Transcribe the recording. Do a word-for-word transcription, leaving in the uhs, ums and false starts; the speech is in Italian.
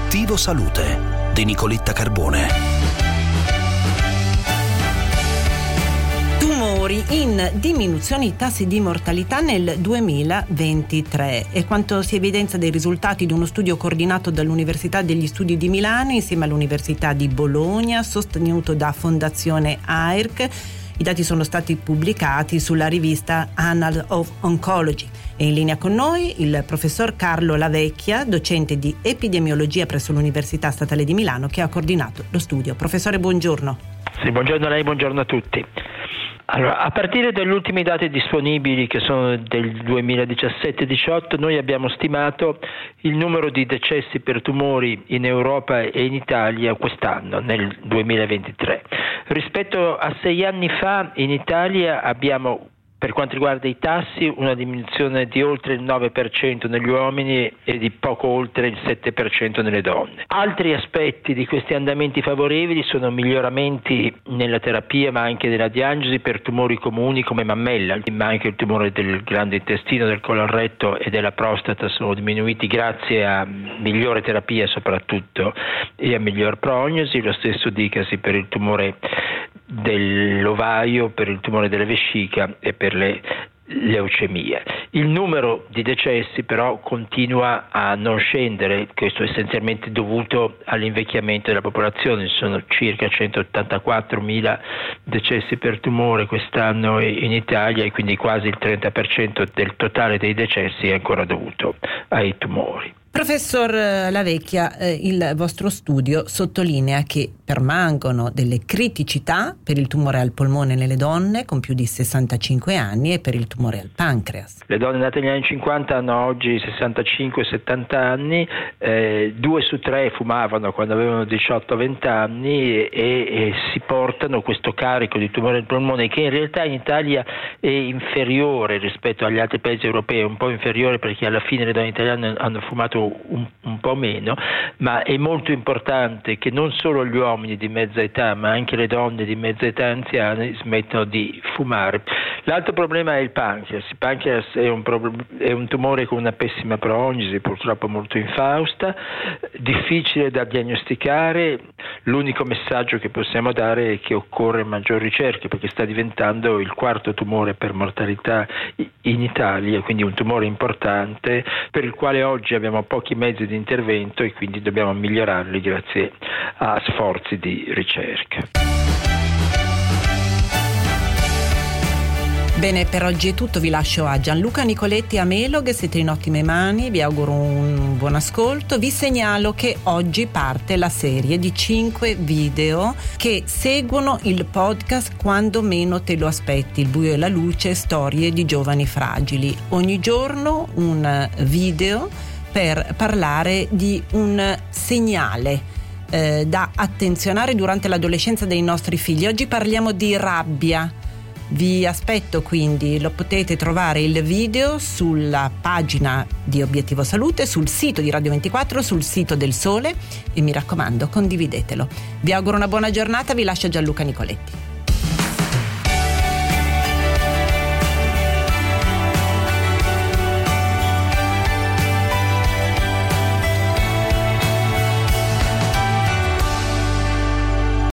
Obiettivo Salute di Nicoletta Carbone. Tumori in diminuzione i tassi di mortalità nel duemilaventitré è quanto si evidenzia dai risultati di uno studio coordinato dall'Università degli Studi di Milano insieme all'Università di Bologna, sostenuto da Fondazione A I R C. I dati sono stati pubblicati sulla rivista Annals of Oncology. È in linea con noi il professor Carlo Lavecchia, docente di epidemiologia presso l'Università Statale di Milano, che ha coordinato lo studio. Professore, buongiorno. Sì, buongiorno a lei, buongiorno a tutti. Allora, a partire dagli ultimi dati disponibili, che sono del duemiladiciassette diciotto, noi abbiamo stimato il numero di decessi per tumori in Europa e in Italia quest'anno, nel duemilaventitré. Rispetto a sei anni fa, in Italia abbiamo, per quanto riguarda i tassi, una diminuzione di oltre il nove per cento negli uomini e di poco oltre il sette per cento nelle donne. Altri aspetti di questi andamenti favorevoli sono miglioramenti nella terapia ma anche nella diagnosi per tumori comuni come mammella, ma anche il tumore del grande intestino, del colon retto e della prostata sono diminuiti grazie a migliore terapia soprattutto e a miglior prognosi. Lo stesso dicasi per il tumore dell'ovaio, per il tumore della vescica e per le leucemie. Il numero di decessi però continua a non scendere, questo è essenzialmente dovuto all'invecchiamento della popolazione. Ci sono circa centottantaquattromila decessi per tumore quest'anno in Italia e quindi quasi il trenta per cento del totale dei decessi è ancora dovuto ai tumori. Professor Lavecchia, eh, il vostro studio sottolinea che permangono delle criticità per il tumore al polmone nelle donne con più di sessantacinque anni e per il tumore al pancreas. Le donne nate negli anni cinquanta hanno oggi sessantacinque settanta anni, eh, due su tre fumavano quando avevano diciotto venti anni e, e si portano questo carico di tumore al polmone che in realtà in Italia è inferiore rispetto agli altri paesi europei, un po' inferiore perché alla fine le donne italiane hanno fumato Un, un po' meno, ma è molto importante che non solo gli uomini di mezza età ma anche le donne di mezza età anziane smettano di fumare. L'altro problema è il pancreas. Il pancreas è un, pro- è un tumore con una pessima prognosi, purtroppo molto infausta, difficile da diagnosticare. L'unico messaggio che possiamo dare è che occorre maggior ricerca perché sta diventando il quarto tumore per mortalità in Italia, quindi un tumore importante per il quale oggi abbiamo pochi mezzi di intervento e quindi dobbiamo migliorarli grazie a sforzi di ricerca. Bene, per oggi è tutto, vi lascio a Gianluca Nicoletti e a Melog, siete in ottime mani, vi auguro un buon ascolto. Vi segnalo che oggi parte la serie di cinque video che seguono il podcast Quando meno te lo aspetti, il buio e la luce, storie di giovani fragili. Ogni giorno un video per parlare di un segnale eh, da attenzionare durante l'adolescenza dei nostri figli. Oggi parliamo di rabbia. Vi aspetto quindi, lo potete trovare il video sulla pagina di Obiettivo Salute, sul sito di Radio ventiquattro, sul sito del Sole e mi raccomando condividetelo. Vi auguro una buona giornata, vi lascio Gianluca Nicoletti.